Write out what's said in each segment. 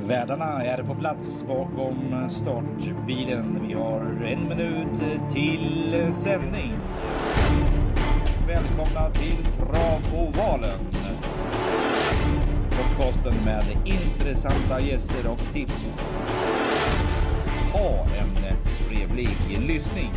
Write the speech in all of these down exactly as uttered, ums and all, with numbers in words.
Värdarna är på plats bakom startbilen. Vi har en minut till sändning. Välkomna till Travovalen. Podcasten med intressanta gäster och tips. Ha en trevlig lyssning.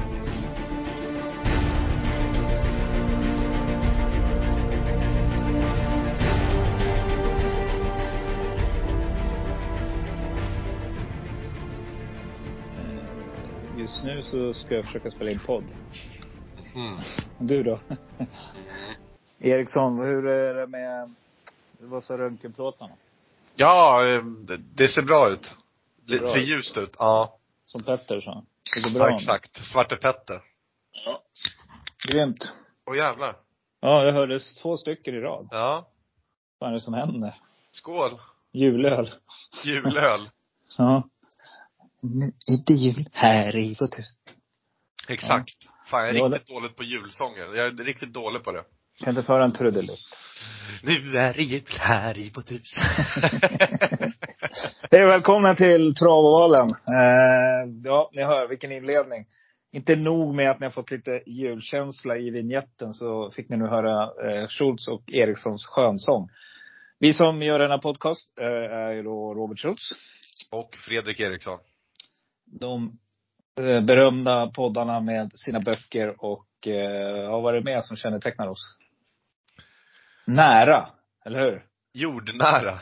Just nu så ska jag försöka spela in podd. Mm. Du då? Mm. Eriksson, hur är det med, vad sa röntgenplåtarna? Ja, det ser bra ut. Det bra ser ut. ljust ut, ja. Som Petter sa. Det går bra. Ja, exakt. Svarte Petter. Ja. Grymt. Åh jävlar. Ja, det hördes två stycken i rad. Ja. Vad är det som händer? Skål. Julöl. Julöl. Ja. Nu är det jul här i vårt hus. Exakt. Ja. Fan, jag är ja, riktigt det... dålig på julsånger. Jag är riktigt dålig på det. Kan inte föra en trudelutt. Nu är det jul här i vårt hus. Hej, välkomna till Travovalen. Eh, ja, ni hör vilken inledning. Inte nog med att ni har fått lite julkänsla i vignetten, så fick ni nu höra eh, Schultz och Erikssons skönsång. Vi som gör denna podcast eh, är ju då Robert Schultz. Och Fredrik Eriksson. De eh, berömda poddarna med sina böcker och eh, har varit med som kännetecknar oss. Nära, eller hur? Jordnära.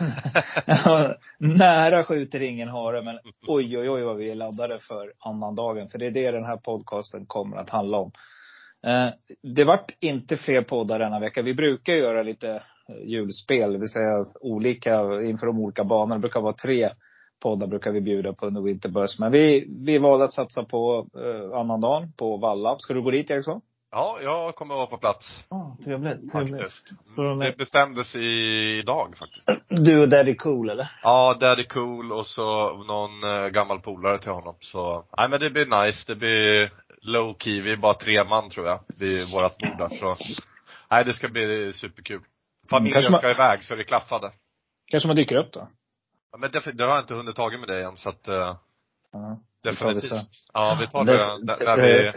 Ja, nära skjuter ingen hare, men oj oj oj vad vi är laddade för annandagen. För det är det den här podcasten kommer att handla om. Eh, det vart inte fler poddar denna vecka. Vi brukar göra lite julspel, det vill säga olika, inför de olika banorna. Det brukar vara tre poddar brukar vi bjuda på under Winterbus. Men vi, vi valde att satsa på eh, annandagen på Valla. Ska du gå dit, Eriksson? Ja, jag kommer att vara på plats. Ja, oh, trevligt, trevligt. Det bestämdes i, idag faktiskt. Du och Daddy Cool, eller? Ja, Daddy Cool och så någon uh, gammal polare till honom. Så, nej men det blir nice. Det blir low key. Vi är bara tre man tror jag vid vårat bord där. Så, nej det ska bli superkul. Familjen mm, ska man... iväg så det klaffade. Kanske man dyker upp då? Ja, men det, det har jag inte hunnit tagit med det än så att uh, ja, definitivt. Vi ja, vi tar det Def- där, där vi...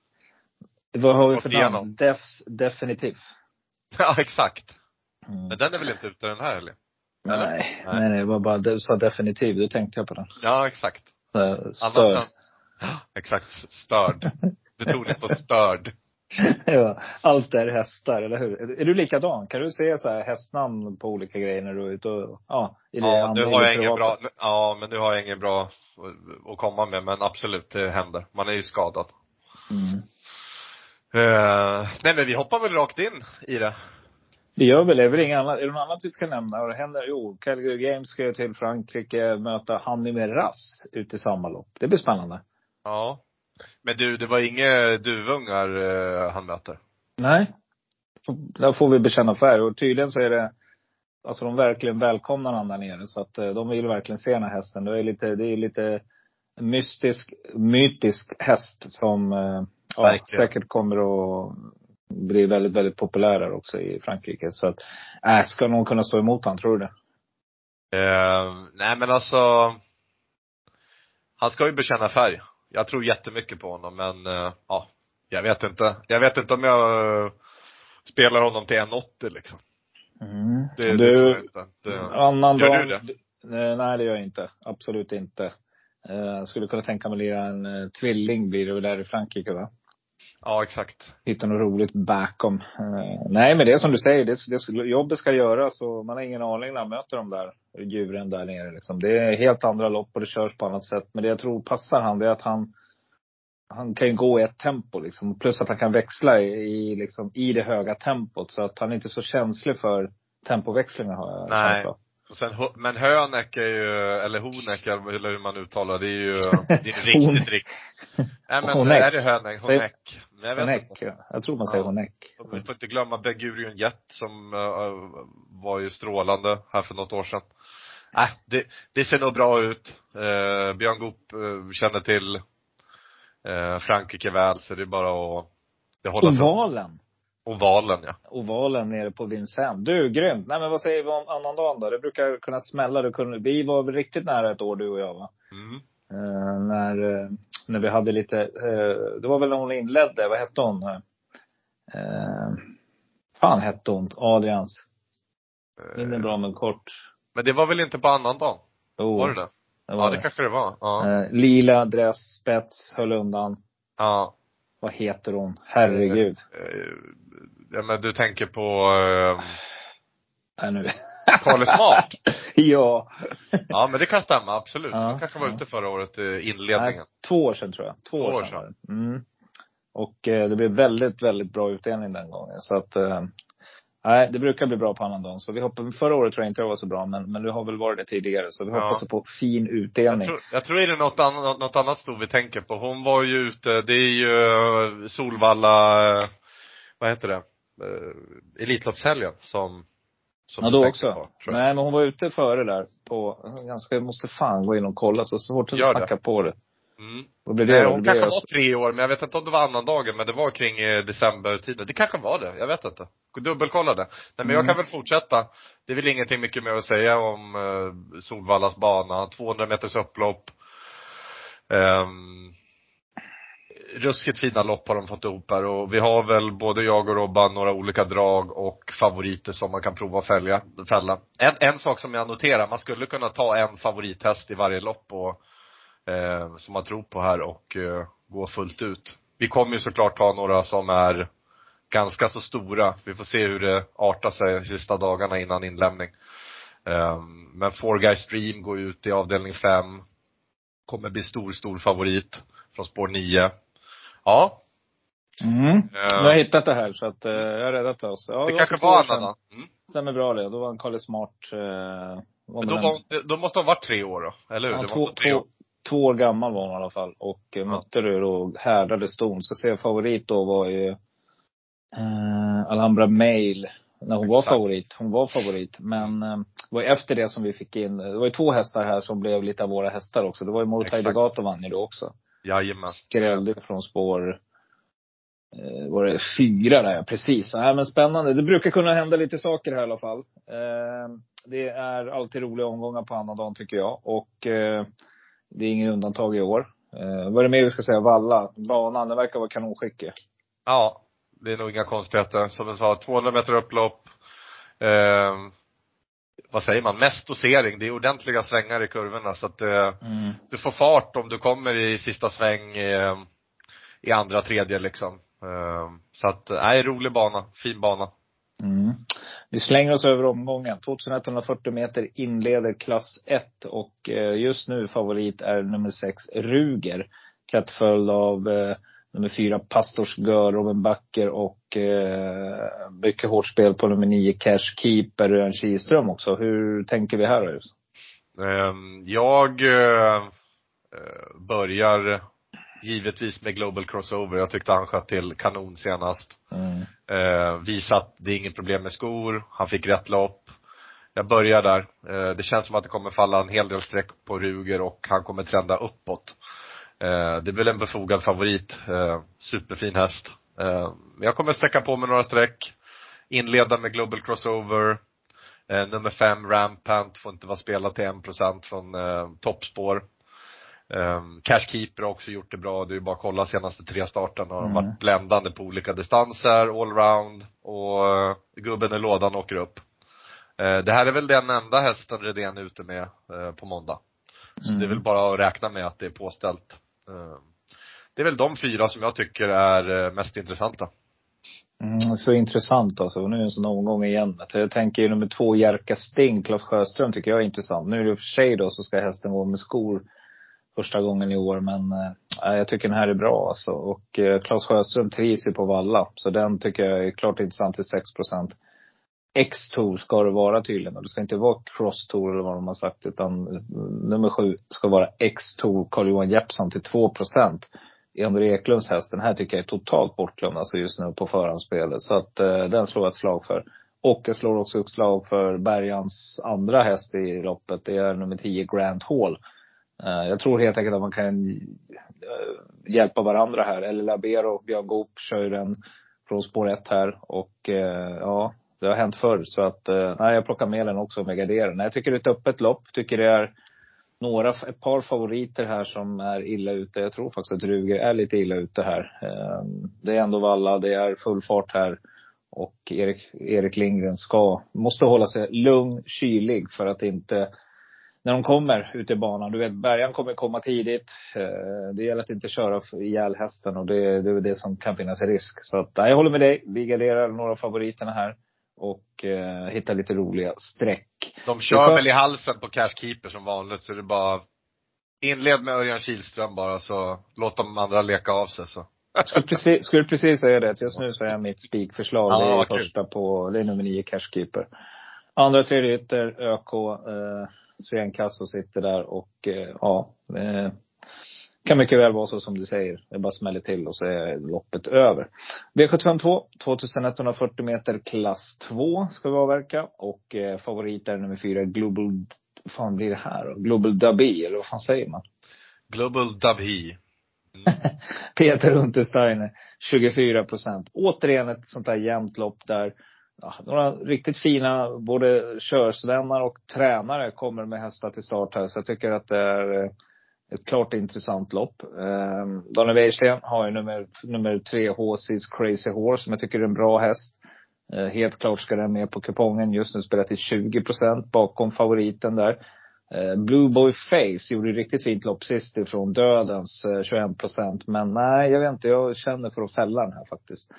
Vad har vi för namn? Defs, definitivt. Ja, exakt. Mm. Men den är väl inte ute den här eller? eller? Nej, nej, nej, det var bara du sa definitivt, då tänkte jag på den. Ja, exakt. Störd. Annars, exakt, störd. Du tog det på störd. Ja, allt är hästar, eller hur? Är du likadan? Kan du se så här hästnamn på olika grejer när du är ute och, ja, i det ja, andra, nu har jag ingen bra, ja, men nu har jag ingen bra att komma med, men absolut, det händer. Man är ju skadad. Mm. Uh, nej, men vi hoppar väl rakt in i det. Det gör väl, det är väl inget annat. Är det något annat vi ska nämna? Vad händer? Jo, Calgary Games ska ju till Frankrike möta Hanni med Rass ute i samma lopp. Det blir spännande. Ja. Men du, det var inga duvungar uh, han möter? Nej. Där får vi bekänna färg. Och tydligen så är det, alltså de verkligen välkomnar han där nere. Så att de vill verkligen se den här hästen. Det är lite, det är lite mystisk, mytisk häst som ja, säkert kommer att bli väldigt, väldigt populär där också i Frankrike. Så att, äh, ska någon kunna stå emot han, tror du det? Uh, nej men alltså, han ska ju bekänna färg. Jag tror jättemycket på honom, men uh, ja, jag vet inte. Jag vet inte om jag uh, spelar honom till en åttio liksom. Mm. Det, du, det tror jag inte. Det, annan gör dag, du det? Du, nej, det gör jag inte. Absolut inte. Jag uh, skulle kunna tänka mig att en uh, tvilling blir det väl där i Frankrike, va? Ja, exakt. Hitta något roligt bakom. Uh, nej, men det är som du säger, det, det, jobbet ska göras och man har ingen aning när man möter de där djuren där nere. Liksom. Det är helt andra lopp och det körs på annat sätt. Men det jag tror passar han, det är att han han kan ju gå i ett tempo liksom. Plus att han kan växla i, i, liksom, i det höga tempot. Så att han är inte så känslig för tempoväxlingar, har jag Nej. känsla. Och sen, men Hönek är ju, eller Honek eller hur man uttalar det, är ju, det är riktigt, riktigt. Nej men Honek. Är det Hönek? Honek. Jag vet Honek, inte. Jag tror man säger ja. Honek. Och vi får inte glömma Begurion Jet som uh, var ju strålande här för något år sedan. Nej, äh, det, det ser nog bra ut. Uh, Björn Goop uh, känner till uh, Frankrike väl, så det är bara att det håller Ovalen. Ovalen, ja. Ovalen nere på Vincennes. Du, grymt. Nej, men vad säger vi om annandagen då? Det brukar kunna smälla. Det kunde, vi var väl riktigt nära ett år, du och jag, va? Mm. Uh, när, uh, när vi hade lite, uh, det var väl när hon inledde, vad hette hon? Uh, fan hette hon? Adrians. Det är bra men kort. Men det var väl inte på annandagen? Oh, var det det? det var ja, det, det kanske det var. Ja. Uh, lila dress, spets, höll undan. Ja. Vad heter hon? Herregud. Uh, ja, men du tänker på... Uh... Nej, nu. Carly Smart. Ja. Ja, men det kan stämma, absolut. Ja, Hon kanske var ja. ute förra året i inledningen. Nej, två år sedan tror jag. Två, två år, år sedan. sedan. Mm. Och eh, det blev väldigt, väldigt bra utdelning den gången. Så att, eh, nej, det brukar bli bra på annandagen. Så vi hoppas, förra året tror jag inte det var så bra, men, men det har väl varit det tidigare. Så vi ja. hoppas på fin utdelning. Jag tror, jag tror det är något annat, något annat stort vi tänker på. Hon var ju ute, det är ju Solvalla, vad heter det? Elitloppshelgen som Som ja, då också. På, nej, men hon var ute före där på, ganska, måste fan gå in och kolla så svårt att snacka på det. Mm. Och det, nej, det hon det kanske var tre år, men jag vet inte om det var annan dagen, men det var kring decembertiden. Det kanske var det, jag vet inte. Dubbelkolla det. Nej, men mm. jag kan väl fortsätta. Det är väl ingenting mycket mer att säga om uh, Solvallas bana. tvåhundra meters upplopp. Um, ruskigt fina lopp har de fått ihop här. Och vi har väl både jag och Robban några olika drag och favoriter som man kan prova att följa, fälla. En, en sak som jag noterar, man skulle kunna ta en favorithäst i varje lopp och, eh, som man tror på här och eh, gå fullt ut. Vi kommer ju såklart ta några som är ganska så stora. Vi får se hur det artar sig de sista dagarna innan inlämning. Eh, men Four Guys Stream går ut i avdelning fem. Kommer bli stor, stor favorit från spår nio. Ja. Mm. Uh, jag har hittat det här så att uh, jag har räddat oss. Ja, det, det kanske var Anna då. Mm. Stämmer bra det. Då var en Carly Smart. Uh, Men då, var, då måste hon ha varit tre år då, eller hur? Ja, det två, var tre år. Två, två år gammal var hon i alla fall. Och uh, ja. mötte du då härdade ston. Ska se, favorit då var ju uh, Alhambra Mail. När hon Exakt. var favorit. Hon var favorit. Men uh, det var efter det som vi fick in. Det var ju två hästar här som blev lite av våra hästar också. Det var ju Morotai Degato vann ju då också. Jajamän. Skrällde från spår eh, var det fyra där, precis. Ja, men spännande. Det brukar kunna hända lite saker här i alla fall. Eh, det är alltid roliga omgångar på annandagen tycker jag. Och eh, det är ingen undantag i år. Eh, vad är det mer vi ska säga? Valla, banan, det verkar vara kanonskickig. Ja, det är nog inga konstigheter. Som jag sa, tvåhundra meter upplopp. Eh, vad säger man? Mest dosering. Det är ordentliga svängar i kurvorna. Så att eh, mm. du får fart om du kommer i sista sväng eh, i andra, tredje liksom. Eh, så att, nej, rolig bana. Fin bana. Mm. Vi slänger oss över omgången. tjugoett fyrtio meter inleder klass ett. Och eh, just nu favorit är nummer sex Ruger. Tätt följd av eh, nummer fyra Pastors Gör, Robin Backer och eh, mycket hårt spel på nummer nio Cash Keeper och en Kiström också. Hur tänker vi här just? Um, jag uh, börjar givetvis med Global Crossover. Jag tyckte han sköt till kanon senast. Mm. Uh, visat det är inget problem med skor. Han fick rätt lopp. Jag börjar där. Uh, det känns som att det kommer falla en hel del streck på Ruger och han kommer trenda uppåt. Uh, det blir en befogad favorit. Uh, superfin häst. Uh, jag kommer sträcka på med några streck. Inleda med Global Crossover. Uh, nummer fem Rampant får inte vara spelat till en procent från uh, toppspår. Um, Cash Keeper har också gjort det bra. Det är ju bara att kolla senaste tre starten och mm. varit bländande på olika distanser, allround och uh, gubben i lådan åker upp. Uh, det här är väl den enda hästen Redén är ute med uh, på måndag. Så mm. det är väl bara att räkna med att det är påställt. Uh, det är väl de fyra som jag tycker är uh, mest intressanta. Mm, så intressant alltså. Nu är det en sån omgång igen. Jag tänker ju nummer två Jerka Sting, Claes Sjöström tycker jag är intressant. Nu är det för sig då så ska hästen vara med skor första gången i år. Men äh, jag tycker den här är bra alltså. Och äh, Claes Sjöström trivs ju på Valla. Så den tycker jag är klart intressant till sex procent. X-Tour ska det vara tydligen. Och det ska inte vara Cross-Tour eller vad de har sagt. Utan uh, nummer sju ska vara X-Tour Carl-Johan Jeppsson till två procent. I André Eklunds häst. Den här tycker jag är totalt bortglömd alltså just nu på förhandsspelet. Så att uh, den slår ett slag för. Och jag slår också ett slag för Bergans andra häst i loppet. Det är nummer tio Grand Hall. Jag tror helt enkelt att man kan hjälpa varandra här. Eller Labero och Björn Goop kör en från spår ett här. Och eh, ja, det har hänt förr. Så att, eh, nej, jag plockar med den också med garderen. Jag tycker det är ett öppet lopp. Tycker det är några, ett par favoriter här som är illa ute. Jag tror faktiskt att Ruger är lite illa ute här. Eh, det är ändå Valla, det är full fart här. Och Erik, Erik Lindgren ska, måste hålla sig lugn, kylig för att inte, när de kommer ut i banan, du vet, bärgaren kommer komma tidigt. Eh, det gäller att inte köra ihjäl hästen och det, det är det som kan finnas i risk. Så att, nej, jag håller med dig. Vi garderar några favoriterna här och eh, hittar lite roliga streck. De kör väl i halsen på Cash Keeper som vanligt, så det är bara inled med Örjan Kihlström bara, så låt de andra leka av sig så. Skulle precis, skulle precis säga det. Just nu så är mitt spikförslag. Ja, det är okay. första på, det är nummer nio Cash Keeper. Andra tredje ytter ÖK eh, Sven Kasso sitter där och eh, ja, eh, kan mycket väl vara så som du säger. Det bara smäller till och så är loppet över. V sjuttiofem två, tjugoett fyrtio meter klass två ska vi avverka. Och eh, favorit är nummer fyra Global, vad fan blir det här då? Global Dubby, eller vad fan säger man? Global Dubby. Mm. Peter Untersteiner, tjugofyra procent. Återigen ett sånt där jämnt lopp där ja, några riktigt fina både körsvänner och tränare kommer med hästar till start här. Så jag tycker att det är ett klart intressant lopp. Eh, Daniel Weirsten har ju nummer, nummer tre H C's Crazy Horse som jag tycker är en bra häst. Eh, helt klart ska den med på kupongen. Just nu spelar till tjugo procent bakom favoriten där. Eh, Blue Boy Face gjorde riktigt fint lopp sist ifrån Dödens eh, tjugoett procent. Men nej, jag vet inte. Jag känner för att fälla den här faktiskt.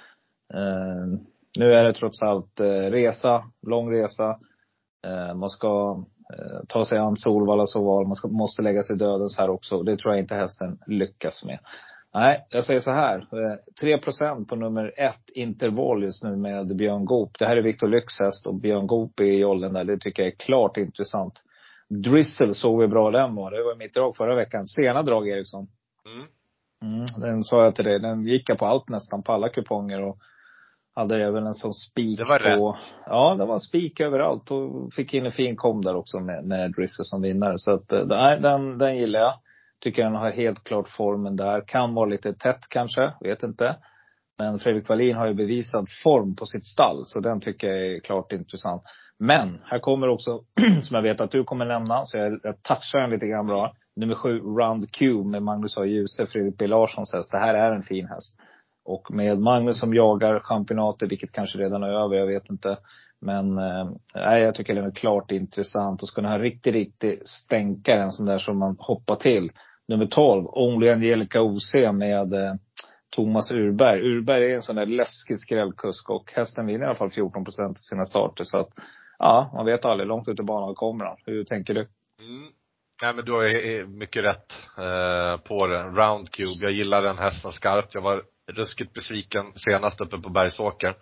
Eh, nu är det trots allt eh, resa, lång resa. Eh, man ska eh, ta sig an Solvalla så var. Man ska, måste lägga sig Dödens här också. Det tror jag inte hästen lyckas med. Nej, jag säger så här. Eh, tre procent på nummer ett Interval just nu med Björn Goop. Det här är Victor Lyx häst och Björn Goop är i jollen där. Det tycker jag är klart intressant. Drizzle såg vi bra den var. Det var mitt drag förra veckan. Sena drag, Eriksson. Mm. Mm, den sa jag till dig. Den gick jag på allt nästan, på alla kuponger. Och hade även en sån spik det var på. Rätt. Ja, det var en spik överallt. Och fick in en fin kom där också med, med Drizzle som vinnare. Så att, nej, den, den gillar jag. Tycker den har helt klart formen där. Kan vara lite tätt kanske, vet inte. Men Fredrik Wallin har ju bevisat form på sitt stall. Så den tycker jag är klart intressant. Men här kommer också, som jag vet att du kommer lämna. Så jag, jag touchar den lite grann bra. Nummer sju, Round Q med Magnus A. Djuse, Fredrik B. Larssons häst. Det här är en fin häst. Och med Magnus som jagar championater, vilket kanske redan är över, jag vet inte. Men eh, jag tycker den är klart intressant. Och ska den här riktigt, riktigt stänka en sån där som man hoppar till. Nummer tolv, Only Angelica O C med eh, Thomas Urberg. Urberg är en sån där läskig skrällkusk. Och hästen vinner i alla fall fjorton procent i sina starter. Så att, ja, man vet aldrig. Långt ut i banan kommer han. Hur tänker du? Mm. Nej, men du har mycket rätt eh, på det. Round Cube. Jag gillar den hästen skarpt. Jag var ruskigt besviken senast uppe på Bergsåker.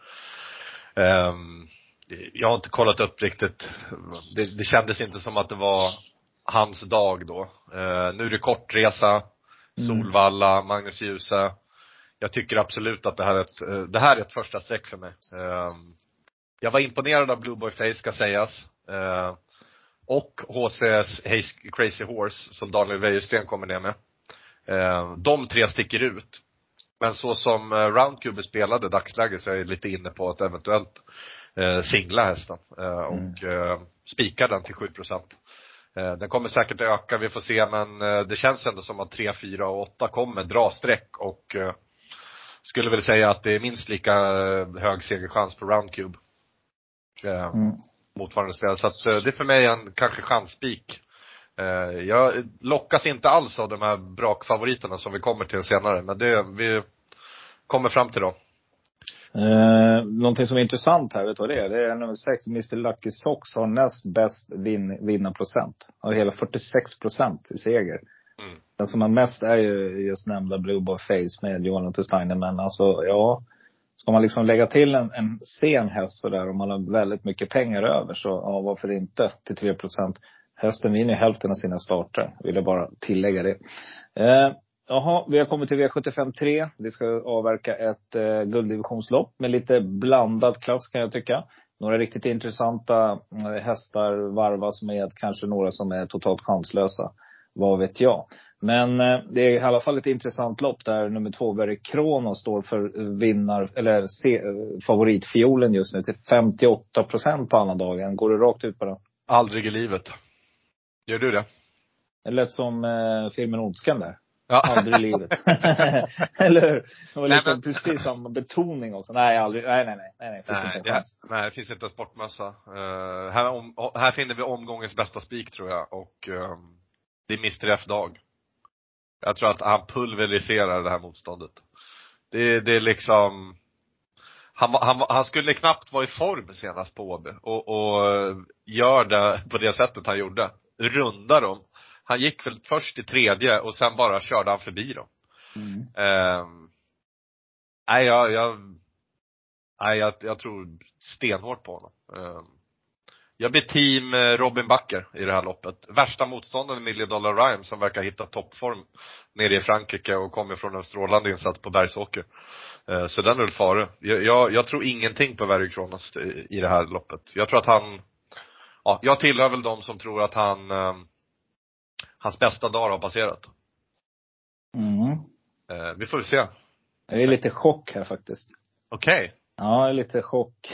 Eh, jag har inte kollat upp riktigt. Det, det kändes inte som att det var hans dag då. Eh, nu är det kortresa. Solvalla, Magnus Djuse. Jag tycker absolut att det här är ett, det här är ett första streck för mig. Eh, jag var imponerad av Blue Boy Face, ska sägas. Eh, och H C's Crazy Horse som Daniel Weirsten kommer ner med. Eh, de tre sticker ut. Men så som eh, Roundcube spelade dagsläget så är jag lite inne på att eventuellt eh, singla hästen. Eh, och eh, spika den till sju procent. Eh, den kommer säkert öka, vi får se. Men eh, det känns ändå som att tre, fyra och åtta kommer dra streck. Och eh, skulle väl säga att det är minst lika hög segerchans på Roundcube. Eh, mm. Motsvarande ställe. Så att eh, det är för mig en kanske chansspik. Eh, jag lockas inte alls av de här brakfavoriterna som vi kommer till senare. Men det vi kommer fram till då. Eh, någonting som är intressant här, vet du vad det är? Det är nummer sex, mister Lucky Sox, har näst bäst vin, vinnarprocent. Har hela fyrtiosex procent i seger. Mm. Den som har mest är ju just nämnda Blue Boy Face med Johan Untersteiner. Men alltså, ja, ska man liksom lägga till en, en sen häst sådär, om man har väldigt mycket pengar över, så ja, varför inte till tre procent. Hästen vinner hälften av sina starter. Vill jag bara tillägga det. Eh, jaha, vi har kommit till V sjuttiofem tre. Vi ska avverka ett eh, gulddivisionslopp med lite blandad klass, kan jag tycka. Några riktigt intressanta eh, hästar varvas med kanske några som är totalt chanslösa. vad vet jag. Men eh, det är i alla fall ett intressant lopp där nummer två Very Kronos står för vinnar eller se, favoritfiolen just nu till femtioåtta procent på andra dagen. Går det rakt ut på den? Aldrig i livet. Gör du det? Det lät som eh, filmen Ondskan där. Ja. Aldrig i livet. Eller hur? Det var liksom Nej, men... precis samma betoning också. Nej, aldrig. Nej, nej, nej. Nej, nej, finns nej, inte en chans. det, nej, det finns inte en sportmössa. Uh, här, om, här finner vi omgångens bästa spik, tror jag. Och um, det är mister F-dag. Jag tror att han pulveriserar det här motståndet. Det, det är liksom... Han, han, han skulle knappt vara i form senast på Åby. Och, och gör det på det sättet han gjorde. Rundar dem. Han gick väl först i tredje och sen bara körde han förbi dem. Mm. Um, nej, jag, jag, nej jag, jag tror stenhårt på honom. Um, jag blir team Robin Bakker i det här loppet. Värsta motståndaren Million Dollar Rhyme, som verkar hitta toppform nere i Frankrike och kommer från en strålande insats på Bergsåker. Uh, så den är väl fare. Jag, jag, jag tror ingenting på Very Kronos i, i det här loppet. Jag tror att han, ja, jag tillhör väl de som tror att han um, hans bästa dag har passerat. Mm. Eh, vi får se. Jag är lite chock här faktiskt. Okej. Okay. Ja, jag är lite chock.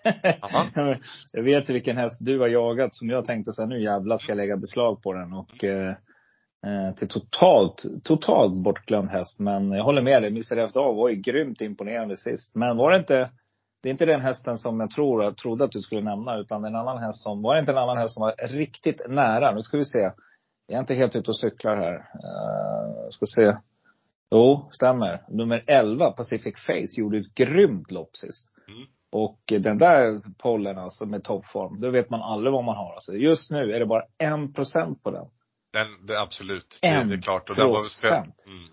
Jag vet vilken häst du har jagat som jag tänkte så här, nu jävla ska jag lägga beslag på den. Och eh, till totalt, totalt bortglömd häst. Men jag håller med dig, mister F dag var ju grymt imponerande sist. Men var det inte, det är inte den hästen som jag tror, jag trodde att du skulle nämna. Utan en annan häst som, var det inte en annan häst som var riktigt nära? Nu ska vi se. Jag är inte helt ute och cyklar här. Uh, ska se. Jo, stämmer. Nummer elva, Pacific Face, gjorde ett grymt lopp sist. Mm. Och den där pollen alltså med toppform, då vet man aldrig vad man har. Alltså, just nu är det bara en procent på den. Den, det, absolut. En det, det är klart. Och den var, mm.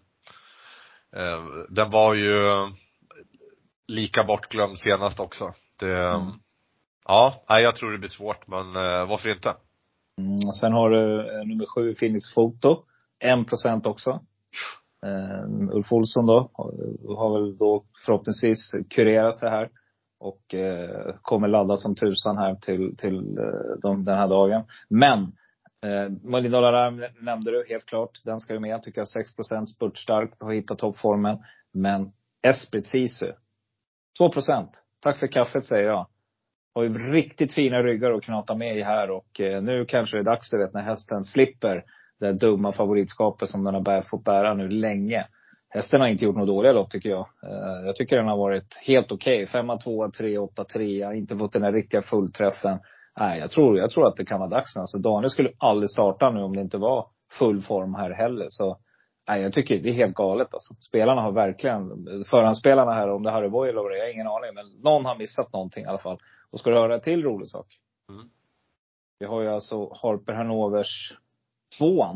uh, den var ju lika bortglömd senast också. Det, mm. Ja, jag tror det blir svårt, men uh, varför inte? Mm, sen har du uh, nummer sju, Phoenix Photo. En procent också. Uh, Ulf Olsson då har, har väl då förhoppningsvis kurerat sig här. Och uh, kommer ladda som tusan här till, till uh, de, den här dagen. Men uh, Million Dollar Rhyme nämnde du helt klart. Den ska ju med, tycker jag. sex procent spurtstark på att hitta toppformen. Men Esprit Sisu två procent. Tack för kaffet, säger jag. Har ju riktigt fina ryggar att knata med i här. Och uh, nu kanske det är dags, du vet, när hästen slipper det dumma favoritskapet som den har fått bära nu länge. Hästen har inte gjort något dåliga lopp, tycker jag. Uh, jag tycker den har varit helt okej. Okay. Femma, tvåa, tre, åtta, trea. Inte fått den här riktiga fullträffen. Nej, jag tror, jag tror att det kan vara dags. Alltså, Daniel skulle aldrig starta nu om det inte var full form här heller. Så nej, jag tycker det är helt galet. Alltså. Spelarna har verkligen, förhandsspelarna här, om det här är Boy eller vad det är, jag har ingen aning. Men någon har missat någonting i alla fall. Och ska du höra till rolig sak? Mm. Vi har ju alltså Harper Hanovers tvåan.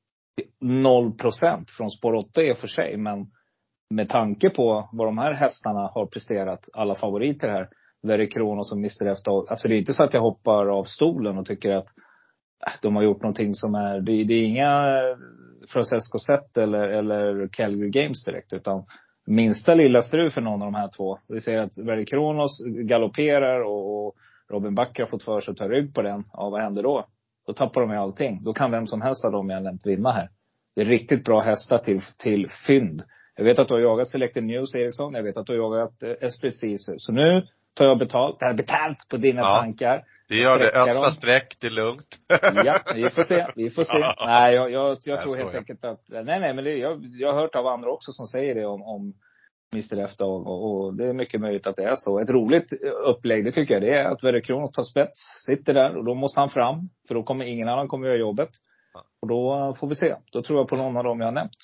Noll procent från spår åtta i och för sig. Men med tanke på vad de här hästarna har presterat, alla favoriter här, Very Kronos och mister F dag. Alltså det är inte så att jag hoppar av stolen och tycker att äh, de har gjort någonting som är, det, det är inga Francesco Zet eller, eller Calgary Games direkt, utan minsta lilla strul för någon av de här två. Vi ser att Very Kronos galopperar och, och Robin Bakker har fått för sig att ta rygg på den. Ja, vad händer då? Då tappar de ju allting. Då kan vem som helst av dem jag nämnt vinna här. Det är riktigt bra hästar till, till fynd. Jag vet att du har jagat Selected News, Eriksson. Jag vet att du har jagat eh, Esprit Sisu. Så nu tar jag betalt. Det här är betalt på dina ja, tankar. Det gör det. Östra sträck, det är lugnt. Ja, vi får se. Vi får se. Nej, jag, jag, jag tror helt jag. enkelt att... Nej, nej, men det, jag, jag har hört av andra också som säger det om, om mister F dag. Och, och det är mycket möjligt att det är så. Ett roligt upplägg, det tycker jag, det är att Very Kronos tar spets. Sitter där och då måste han fram. För då kommer ingen annan kommer göra jobbet. Och då får vi se. Då tror jag på någon av dem jag har nämnt.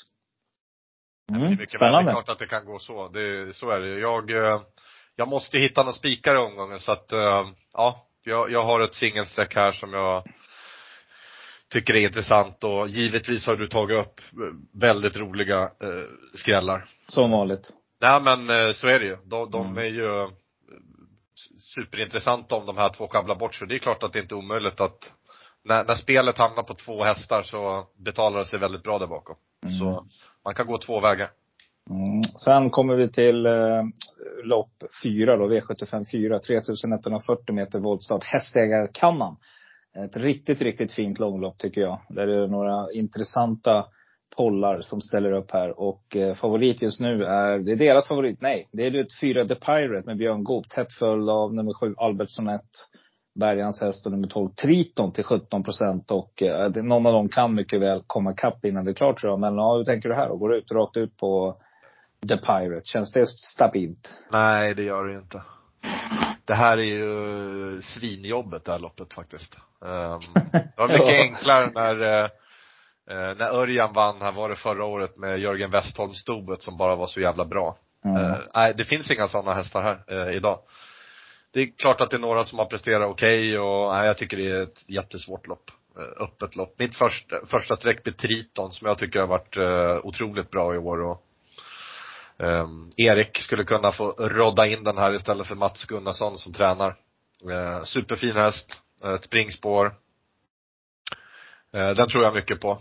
Mm, det är mycket spännande. Väl, det är klart att det kan gå så. Det, så är det. Jag, jag måste hitta någon spikare i omgången. Så att, ja, jag, jag har ett singelsträck här som jag tycker är intressant. Och givetvis har du tagit upp väldigt roliga eh, skrällar. Som vanligt. Nej, men så är det ju. De, de mm. är ju superintressanta om de här två kablar bort. Så det är klart att det inte är omöjligt att när, när spelet hamnar på två hästar så betalar det sig väldigt bra där bakom. Mm. Så man kan gå två vägar. Mm. Sen kommer vi till eh, lopp fyra då, V sjuttiofem fyra, tre tusen etthundrafyrtio meter voltstart, hästägarkannan. Ett riktigt, riktigt fint långlopp tycker jag. Där det är några intressanta pollar som ställer upp här. Och eh, favorit just nu är, det är deras favorit, nej. Det är det fyra The Pirate med Björn Goop. Tätt följd av nummer sju Albertsonet, Bergans häst, och nummer tolv Triton till sjutton procent. Och eh, det, någon av dem kan mycket väl komma kapp innan det är klart, tror jag. Men ja, hur tänker du här då? Går du ut rakt ut på The Pirate? Känns det stabilt? Nej, det gör det ju inte. Det här är ju svinjobbet, det här loppet faktiskt. Um, det var mycket ja. enklare när, uh, när Örjan vann här, var det förra året med Jörgen Westholm Stoet som bara var så jävla bra. Mm. Uh, nej, det finns inga sådana hästar här uh, idag. Det är klart att det är några som har presterat okej, okay, och nej, jag tycker det är ett jättesvårt lopp. Uh, öppet lopp. Mitt första, första streck blir Triton som jag tycker har varit uh, otroligt bra i år, och Um, Erik skulle kunna få rodda in den här istället för Mats Gunnarsson som tränar. Uh, superfin häst, uh, ett springspår. Uh, den tror jag mycket på.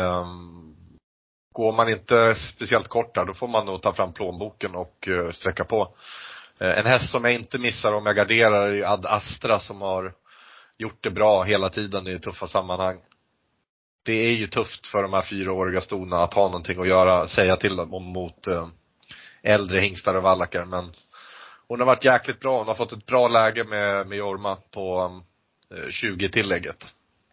Um, går man inte speciellt kort där, då får man nog ta fram plånboken och uh, sträcka på. Uh, en häst som jag inte missar om jag garderar är Ad Astra, som har gjort det bra hela tiden i tuffa sammanhang. Det är ju tufft för de här fyraåriga storna att ha någonting att göra, säga till dem om mot uh, äldre hingstar och vallackar, men hon har varit jäkligt bra. Hon har fått ett bra läge med, med Jorma på um, tjugo-tillägget.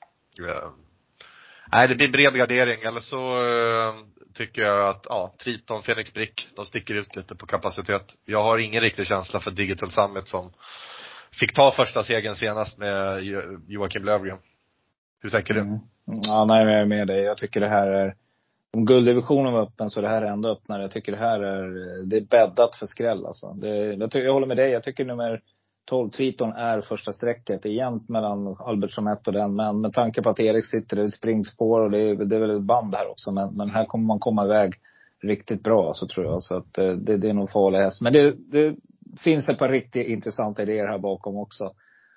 Uh, nej, det blir bred gardering. Eller så uh, tycker jag att ja, Triton, Fenix Brick, de sticker ut lite på kapacitet. Jag har ingen riktig känsla för Digital Summit som fick ta första segern senast med Joakim Lövgren. Hur tänker du? Mm. Ja, nej, jag är med dig. Jag tycker det här är, om gulddivisionen var öppen så det här är ändå öppnare. Jag tycker det här är, det är bäddat för skräll alltså. Det, jag, tycker, jag håller med dig. Jag tycker nummer tolv Triton är första sträcket. Det är jämnt mellan Albertsonet och den. Men med tanke på att Erik sitter i springspår, och det är, det är väl ett band här också. Men, men här kommer man komma iväg riktigt bra så tror jag. Så att det, det är nog farlig häst. Men det, det finns ett par riktigt intressanta idéer här bakom också.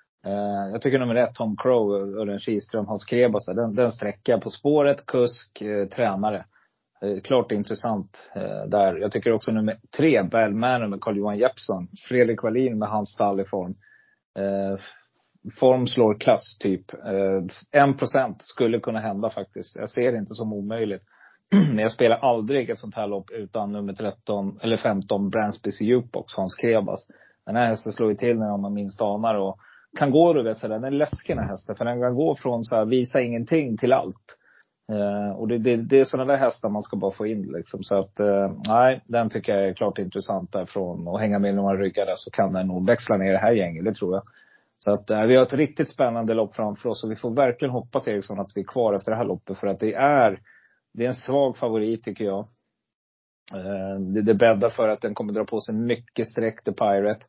Uh, jag tycker nummer ett Tom Crow, Örjan Kihlström, Hans Krebas, den, den sträcker på spåret, kusk, uh, tränare. Uh, klart intressant uh, där. Jag tycker också nummer tre Bellman med Carl-Johan Jeppsson, Fredrik Wallin med hans stall i form. Uh, form slår klass typ. Uh, en procent skulle kunna hända faktiskt. Jag ser det inte som omöjligt. Men jag spelar aldrig ett sånt här lopp utan nummer tretton eller femton Bransby's Jukebox, Hans Krebas. Den här hästen slår ju till när man minst anar, och kan gå, du vet sådär, den är läskig den här hästen. För den kan gå från så här, visa ingenting till allt. Uh, och det, det, det är sådana där hästar man ska bara få in liksom. Så att, uh, nej, den tycker jag är klart intressant därifrån. Och hänga med några ryggar där, så kan den nog växla ner det här gänget, det tror jag. Så att uh, vi har ett riktigt spännande lopp framför oss. Och vi får verkligen hoppas, Eriksson, att vi är kvar efter det här loppet. För att det är, det är en svag favorit tycker jag. Uh, det, det bäddar för att den kommer dra på sig mycket streck, The Pirate.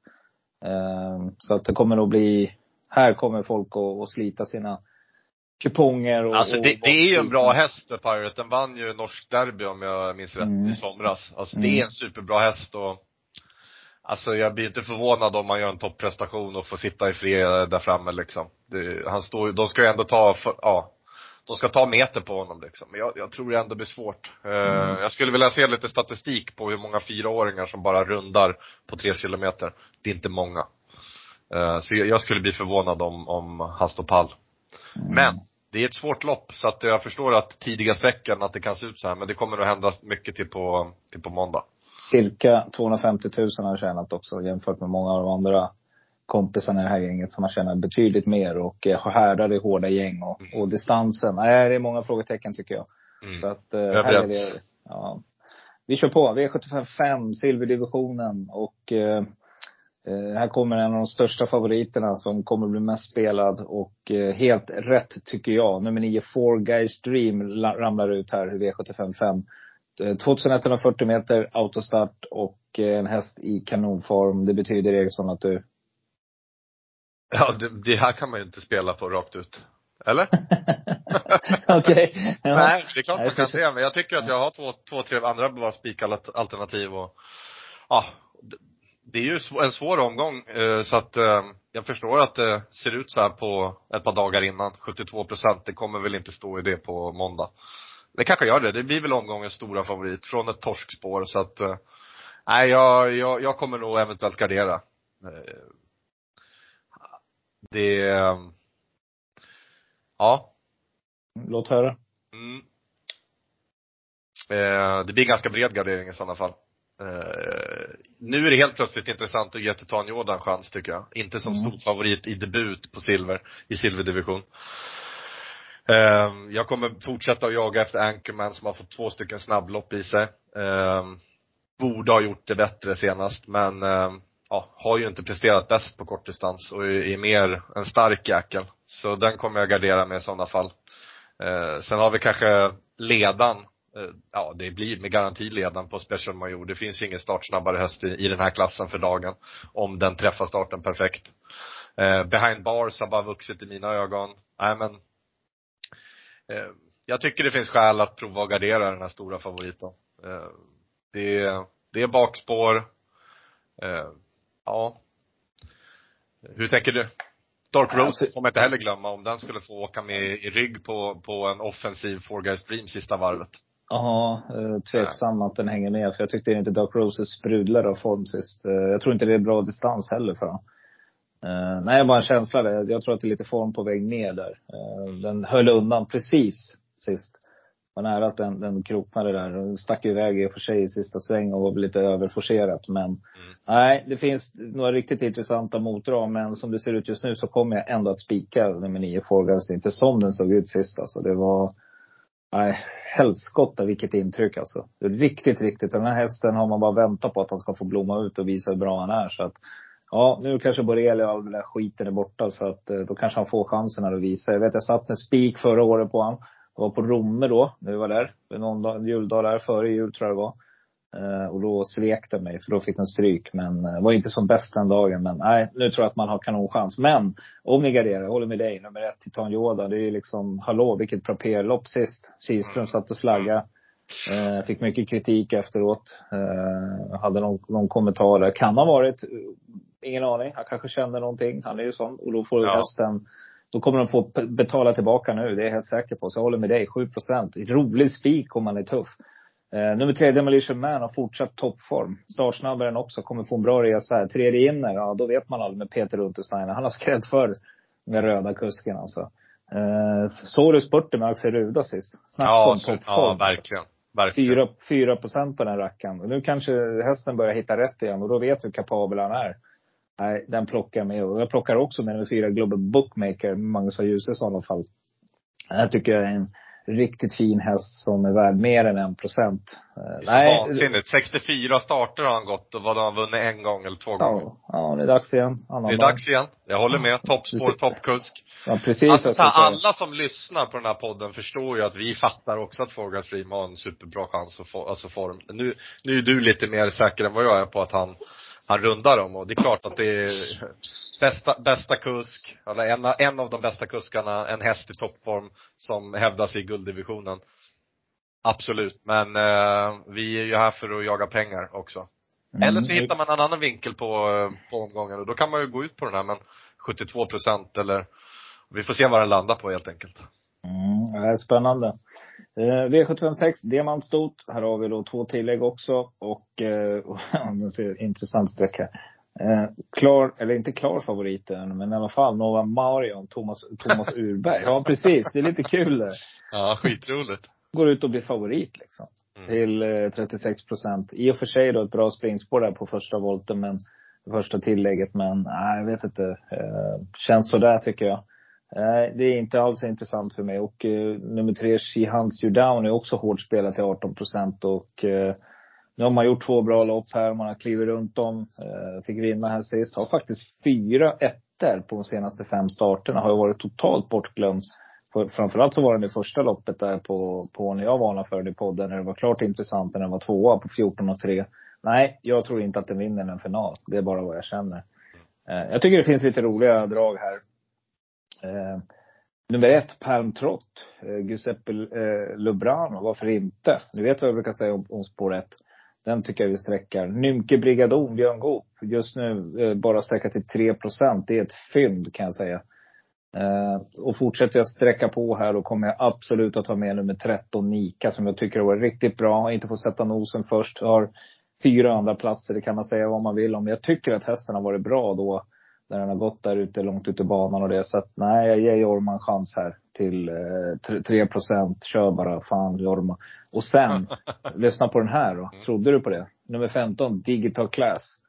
Uh, så att det kommer nog bli, här kommer folk att, att slita sina kuponger och, alltså det, och, det är ju en bra häst, The Pirate. Den vann ju norsk derby om jag minns rätt mm. i somras. Alltså mm. det är en superbra häst, och alltså jag blir inte förvånad om man gör en topprestation och får sitta i fred där framme liksom. Det, han står, de ska ju ändå ta för, ja, de ska ta meter på honom liksom. Men jag, jag tror det ändå blir svårt. Mm. Uh, jag skulle vilja se lite statistik på hur många fyraåringar som bara rundar på tre kilometer. Det är inte många. Uh, så jag, jag skulle bli förvånad om, om han står pall. Mm. Men det är ett svårt lopp, så att jag förstår att tidiga sträckan att det kan se ut så här. Men det kommer att hända mycket till på, till på måndag. Cirka tvåhundrafemtio tusen har tjänat också, jämfört med många av de andra kompisarna i det här gänget som har tjänat betydligt mer och har härdade hårda gäng och, och distansen. Nej, det är många frågetecken tycker jag. Mm. Så att, här är det, ja. Vi kör på V sjuttiofem fem, silverdivisionen, och eh, här kommer en av de största favoriterna som kommer bli mest spelad, och eh, helt rätt tycker jag. Nummer nio Four Guys Dream ramlar ut här i V sjuttiofem fem. tjugoett fyrtio meter autostart och en häst i kanonform. Det betyder, Eriksson, att du... Ja, det, det här kan man ju inte spela på rakt ut. Eller? Okej. Okay. Ja. Nej, det är klart man kan det. Men jag tycker att jag har två, två tre andra bra spikalternativ. Och, ja, det, det är ju en svår omgång. Så att jag förstår att det ser ut så här på ett par dagar innan. sjuttiotvå procent, det kommer väl inte stå i det på måndag. Det kanske gör det. Det blir väl omgångens stora favorit från ett torskspår. Så att, nej, jag, jag, jag kommer nog eventuellt gardera. Det Ja. Låt höra. Mm. Eh, det blir ganska bred gardering i sådana fall. Eh, nu är det helt plötsligt intressant att ge till Tan Jordan en chans, tycker jag. Inte som Mm. stor favorit i debut på silver, i silverdivision. Eh, jag kommer fortsätta att jaga efter Anchorman som har fått två stycken snabblopp i sig. Eh, borde ha gjort det bättre senast, men eh, ja, har ju inte presterat bäst på kortdistans och är, är mer en stark jäkel. Så den kommer jag gardera med i sådana fall. Eh, sen har vi kanske ledan. Eh, ja, det blir med garanti ledan på Special Major. Det finns ingen startsnabbare häst i, i den här klassen för dagen. Om den träffar starten perfekt. Eh, behind Bars har bara vuxit i mina ögon. Nej, men eh, jag tycker det finns skäl att prova att gardera den här stora favoriten. Eh, det, är, det är bakspår. Eh, ja. Hur tänker du? Dark Rose alltså, får man inte heller glömma, om den skulle få åka med i rygg på, på en offensiv Four Guys Dream sista varvet. Ja, tveksam ja. Att den hänger med. För jag tyckte inte Dark Roses sprudlade av form sist. Jag tror inte det är bra distans heller för honom. Uh, nej, bara en känsla där. Jag tror att det är lite form på väg ner där. Uh, den höll undan precis sist. Var nära att den, den kroknade där. Den stack iväg i och för sig i sista sväng och var lite överforcerat. Men mm. nej, det finns några riktigt intressanta motor. Men som det ser ut just nu så kommer jag ändå att spika nummer nio Forgans. Inte som den såg ut sist. Alltså. Det var nej, helskotta vilket intryck alltså. Det är riktigt, riktigt. Och den här hästen har man bara väntat på att han ska få blomma ut och visa hur bra han är. Så att ja, nu kanske Borrelli och all den där skiten är borta. Så att då kanske han får chansen att visa. Jag vet, jag satt med spik förra året på han. Jag var på Romme då, när vi var där. Någon dag, juldag där, före jul tror jag det var. Eh, och då svek det mig, för då fick den stryk. Men det eh, var inte som bäst den dagen. Men nej, nu tror jag att man har kanonchans. Men om ni garderar, jag håller med dig. Nummer ett, Titan Yoda. Det är liksom, hallå, vilket properlopp sist. Kihlström satt och slagga. Eh, fick mycket kritik efteråt. Eh, hade någon, någon kommentar där. Kan ha varit, ingen aning. Han kanske kände någonting. Han är ju sån. Och då får ja. hästen... Då kommer de få betala tillbaka nu. Det är jag helt säker på. Så jag håller med dig. sju procent. Rolig spik om man är tuff. Eh, nummer tre, Demolition Man har fortsatt toppform. Startsnabbaren också. Kommer få en bra resa här. Tredje inner. Ja, då vet man aldrig med Peter Untersteiner. Han har skrädd för med röda kusken alltså. Eh, så du spurten med Axel Ruda sist. Snacka ja, om toppform. Ja, verkligen. verkligen. Fyra, fyra procent på den rackaren. Och nu kanske hästen börjar hitta rätt igen. Och då vet vi hur kapabel han är. Nej, den plockar jag med. Och jag plockar också med nummer fyra Global Bookmaker. Magnus A. Djuse i alla fall. Jag tycker jag är en riktigt fin häst som är värd mer än en procent. Det är nej, vansinnigt. sextiofyra starter har han gått. Och vad har han vunnit en gång eller två ja, gånger? Ja, det är dags igen. Annan det är dags igen. Jag håller med. Toppspår, toppkusk. Ja, precis. Alltså, så här, alla som lyssnar på den här podden förstår ju att vi fattar också att Forgas Dream har en superbra chans att få, alltså form. Nu, nu är du lite mer säker än vad jag är på att han Han rundar dem, och det är klart att det är bästa, bästa kusk, eller en, en av de bästa kuskarna, en häst i toppform som hävdas i gulddivisionen. Absolut, men eh, vi är ju här för att jaga pengar också. Mm. Eller så hittar man en annan vinkel på, på omgången, och då kan man ju gå ut på den här, men sjuttiotvå procent eller vi får se vad den landar på helt enkelt. Mm, det är spännande. Eh, V sjuttiofem sex, diamantstot. Här har vi då två tillägg också. Och eh, man ser intressant streck här. Eh, klar, eller inte klar favoriten, men i alla fall Nova Marion, Thomas, Thomas Urberg. Ja, precis. Det är lite kul där. Ja, skitroligt. Går ut och blir favorit liksom. Mm. Till eh, trettiosex procent. I och för sig då ett bra springspår där på första volten, men första tillägget. Men nej, jag vet inte. Eh, känns så där tycker jag. Nej, det är inte alls intressant för mig. Och eh, nummer tre, She Hunts You Down, är också hårt spelat till arton procent. Och eh, nu har man gjort två bra lopp här. Man har klivit runt om. Eh, fick vinna här sist. Har faktiskt fyra ettor på de senaste fem starterna. Har ju varit totalt bortglömd. För, framförallt så var den i första loppet där på, på när jag varnade för det i podden. När det var klart intressant. När den var tvåa på fjorton och tre. Nej, jag tror inte att den vinner en final. Det är bara vad jag känner. Eh, jag tycker det finns lite roliga drag här. Eh, nummer ett, Palm Trott, eh, Giuseppe eh, Lubrano, varför inte? Du vet vad jag brukar säga om, om spår ett. Den tycker jag vi sträckar. Nymke Brigadon, Björn Goop, just nu eh, bara sträcka till tre procent. Det är ett fynd kan jag säga. Eh, och fortsätter jag sträcka på här, då kommer jag absolut att ta med nummer tretton, Nika, som jag tycker var riktigt bra. Inte får sätta nosen först. Har fyra andra platser, det kan man säga vad man vill om. Jag tycker att hästen har varit bra då. När den har gått där ute långt ut i banan och det. Så att nej, jag ger Jorma en chans här. till eh, tre procent. Kör bara, fan Jorma. Och sen, lyssna på den här då. Mm. Trodde du på det? Nummer femton, Digital Class.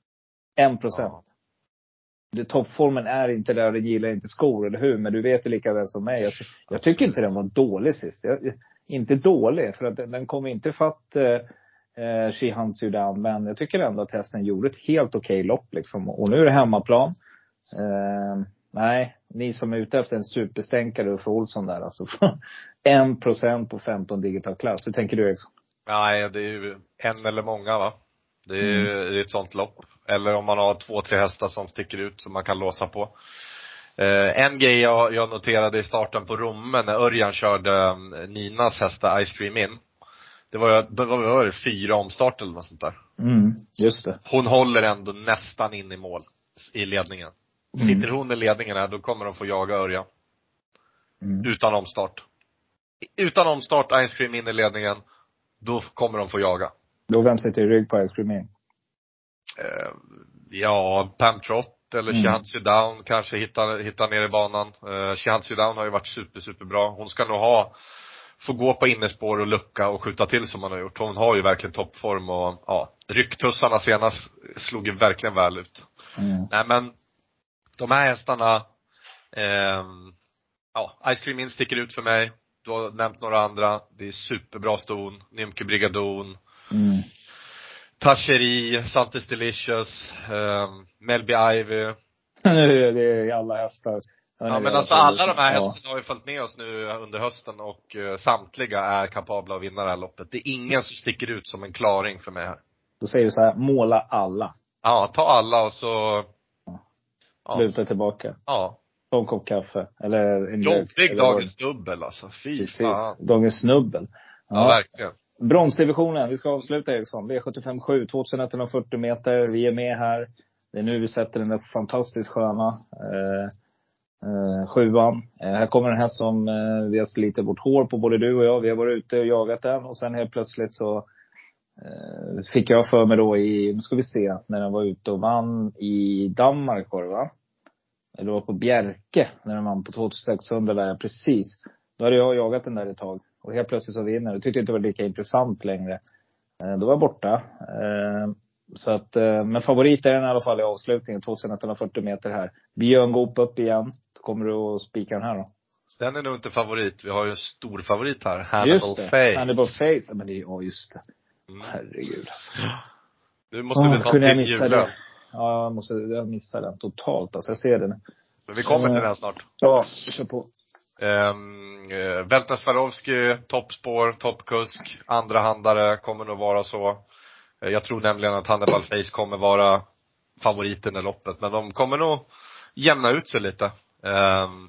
en procent. Ja. Det, toppformen är inte där, den gillar inte skor, eller hur? Men du vet ju lika väl som mig. Jag, jag tycker inte den var dålig sist. Jag, inte dålig, för att den, den kom inte fatt eh, Shihan Sudan. Men jag tycker ändå att hästen gjorde ett helt okej lopp liksom. Och nu är det hemmaplan. Eh, nej, ni som är ute efter en superstänkare för Olsson där. Alltså en procent på femton Digital Class. Hur tänker du, Eriksson? Nej, det är ju en eller många, va? Det är ju mm. det är ett sånt lopp. Eller om man har två, tre hästar som sticker ut som man kan låsa på. Eh, en grej jag, jag noterade i starten på Romme när Örjan körde um, Ninas hästar Ice Cream In. Det var, det var, det var fyra omstart eller något sånt där. Mm, just det. Hon håller ändå nästan in i mål i ledningen. Mm. Sitter hon i ledningen här, då kommer de få jaga Örjan. Mm. Utan omstart. Utan omstart, Ice Cream In i ledningen. Då kommer de få jaga. Då vem sitter i rygg på Ice Cream In? Eh, ja, Pam Trott eller mm. Shihansi Down kanske hittar, hittar ner i banan. Eh, Shihansi Down har ju varit super, super bra. Hon ska nog ha, få gå på innerspår och lucka och skjuta till som hon har gjort. Hon har ju verkligen toppform och ja, rycktussarna senast slog ju verkligen väl ut. Mm. Nej men, de här hästarna, eh, ja, Ice Cream In sticker ut för mig. Du har nämnt några andra. Det är superbra ston. Nymke Brigadon. Mm. Tacheri, Santis Delicious, um, Melby Ivy. Det är alla hästar. Ja, men alltså alla de här hästarna ja. har ju följt med oss nu under hösten och uh, samtliga är kapabla att vinna det här loppet. Det är ingen som sticker ut som en klaring för mig här. Då säger du så här, måla alla. Ja, ta alla och så ja. Luta tillbaka. Ja. Ta en kopp kaffe. Eller en jobbig dagens dubbel alltså. Fy Precis, fan. Dagens snubbel. Ja, ja verkligen. Bronsdivisionen, vi ska avsluta Eriksson. V sjuttiofem sju, tjugoetthundrafyrtio meter. Vi är med här. Det är nu vi sätter den där fantastiskt sköna eh, eh, sjuan. Eh, här kommer den här som eh, vi har slitit bort hår på, både du och jag. Vi har varit ute och jagat den. Och sen helt plötsligt så eh, fick jag för mig då i, nu ska vi se, när den var ute och vann i Danmark var det, va? Eller var på Bjerke när den vann på tjugosexhundra där, precis. Då hade jag jagat den där ett tag. Och helt plötsligt så vinner. Jag tyckte inte det var lika intressant längre. Eh, då var jag borta. Eh, så att, eh, men favorit är den i alla fall i avslutningen. tjugoetthundrafyrtio meter här. Björn Goop upp igen. Då kommer du att spika den här då. Den är nog inte favorit. Vi har ju en stor favorit här. Hannibal Face. Hannibal Face. Men det är, ja just det. Mm. Herregud alltså. Nu måste vi ta till julen. Ja, jag måste jag missa den totalt. Alltså jag ser den. Men vi kommer till den snart. Ja, vi kör på. Um, uh, Velta Swarovski, toppspår, toppkusk, andra handare kommer nog vara så. Uh, jag tror nämligen att Hannibal Face kommer vara favoriten i loppet, men de kommer nog jämna ut sig lite. Um,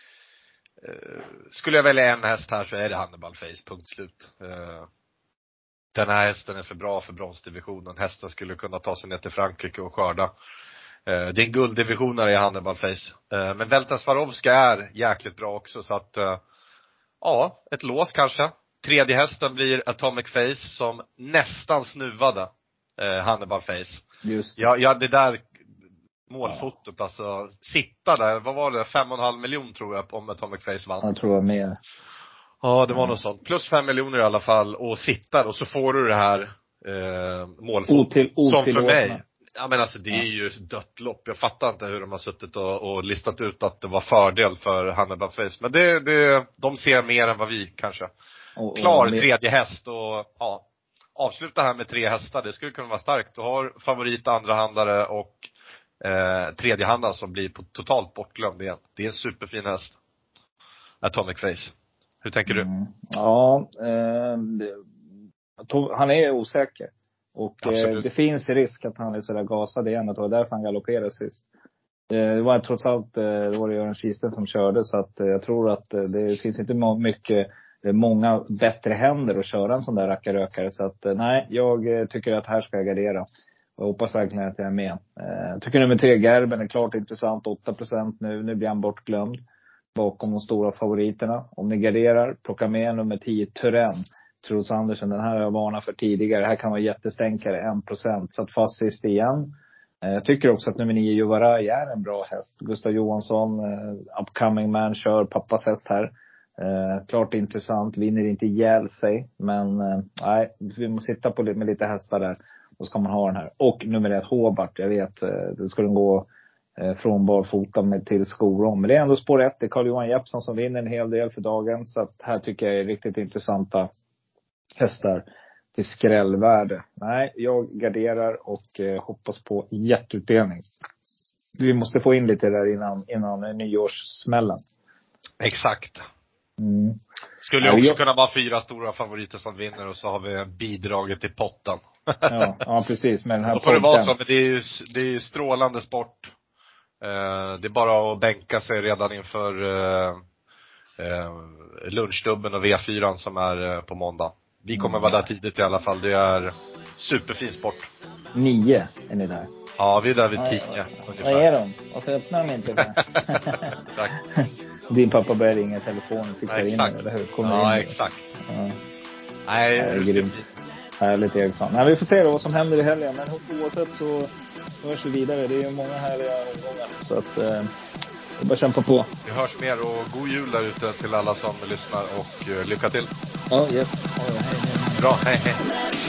uh, skulle jag välja en häst här så är det Hannibal Face, punkt slut. Uh, den här hästen är för bra för bronsdivisionen. Hästen skulle kunna ta sig ner till Frankrike och skörda. Det är en gulddivisionare i Hannibal Face. Men Velta Swarovski är jäkligt bra också. Så att, ja, ett lås kanske. Tredje hästen blir Atomic Face som nästan snuvade Hannibal Face. Just det. Ja, ja, det där målfotot, ja. Alltså sitta där, vad var det? Fem och en halv miljon tror jag om Atomic Face vann. Jag tror jag mer. Ja, det var mm. något sånt. Plus fem miljoner i alla fall. Och sitta och så får du det här eh, målfotot. Otill, som för mig. Ja men alltså det är ju dött lopp. Jag fattar inte hur de har suttit och, och listat ut att det var fördel för Hannibal Face. Men det, det, de ser mer än vad vi kanske. Och, Klar och tredje häst och ja, avsluta här med tre hästar. Det skulle kunna vara starkt. Du har favorit andrahandare och eh, tredjehandare som blir på, totalt bortglömd igen. Det är en superfin häst. Atomic Face. Hur tänker du? Mm. Ja, eh, det, han är osäker. Och eh, det finns risk att han är sådär gasad igen. Att det var därför han galopperade sist. Eh, det var trots allt, eh, det var det Göran Kisten som körde. Så att eh, jag tror att eh, det finns inte mycket, eh, många bättre händer att köra en sån där rackarökare. Så att eh, nej, jag eh, tycker att här ska jag gardera. Och jag hoppas verkligen att jag är med. Eh, jag tycker nummer tre, Gerben, är klart intressant. åtta procent nu, nu blir han bortglömd. Bakom de stora favoriterna. Om ni garderar, plocka med nummer tio, Turen. Truls Andersen, den här har jag varnat för tidigare. Det här kan vara jättestänkare, en procent. Satt fast sist igen. Jag tycker också att nummer nio Juvaraj är en bra häst. Gustav Johansson, uh, upcoming man, kör pappas häst här. Uh, klart intressant, vinner inte ihjäl sig. Men uh, nej, vi måste sitta på med lite hästar där. Då ska man ha den här. Och nummer ett Hobart, jag vet, uh, det skulle gå uh, från barfota med till skor om. Men det är ändå spår ett, det är Carl-Johan Jeppsson som vinner en hel del för dagen. Så att här tycker jag är riktigt intressanta hästar till skrällvärde. Nej, jag garderar och eh, hoppas på jätteutdelning. Vi måste få in lite där innan, innan nyårssmällen. Exakt. Mm. Skulle ju också jag... kunna vara fyra stora favoriter som vinner och så har vi bidraget till potten. ja, ja, precis. Med den här då får det vara så, men det är ju, det är ju strålande sport. Eh, det är bara att bänka sig redan inför eh, eh, lunchdubben och V fyra som är eh, på måndag. Vi kommer vara där tidigt i alla fall. Det är superfin sport. Nio är ni där? Ja, vi är där vid tio. Ja, vad är de? Varför öppnar de inte det? Exakt. Din pappa börjar ringa i telefonen och fixar in det, eller hur? Kommer ja, in exakt. Ja. Nej, det är grymt. Härligt, Eriksson. Nej, vi får se då vad som händer i helgen. Men oavsett så hörs vi vidare. Det är ju många härliga omgångar. Så att eh, vi bara kämpa på. Vi hörs mer och god jul där ute till alla som lyssnar och uh, lycka till. Ja, yes. Ja, hej, hej. Bra, hej hej.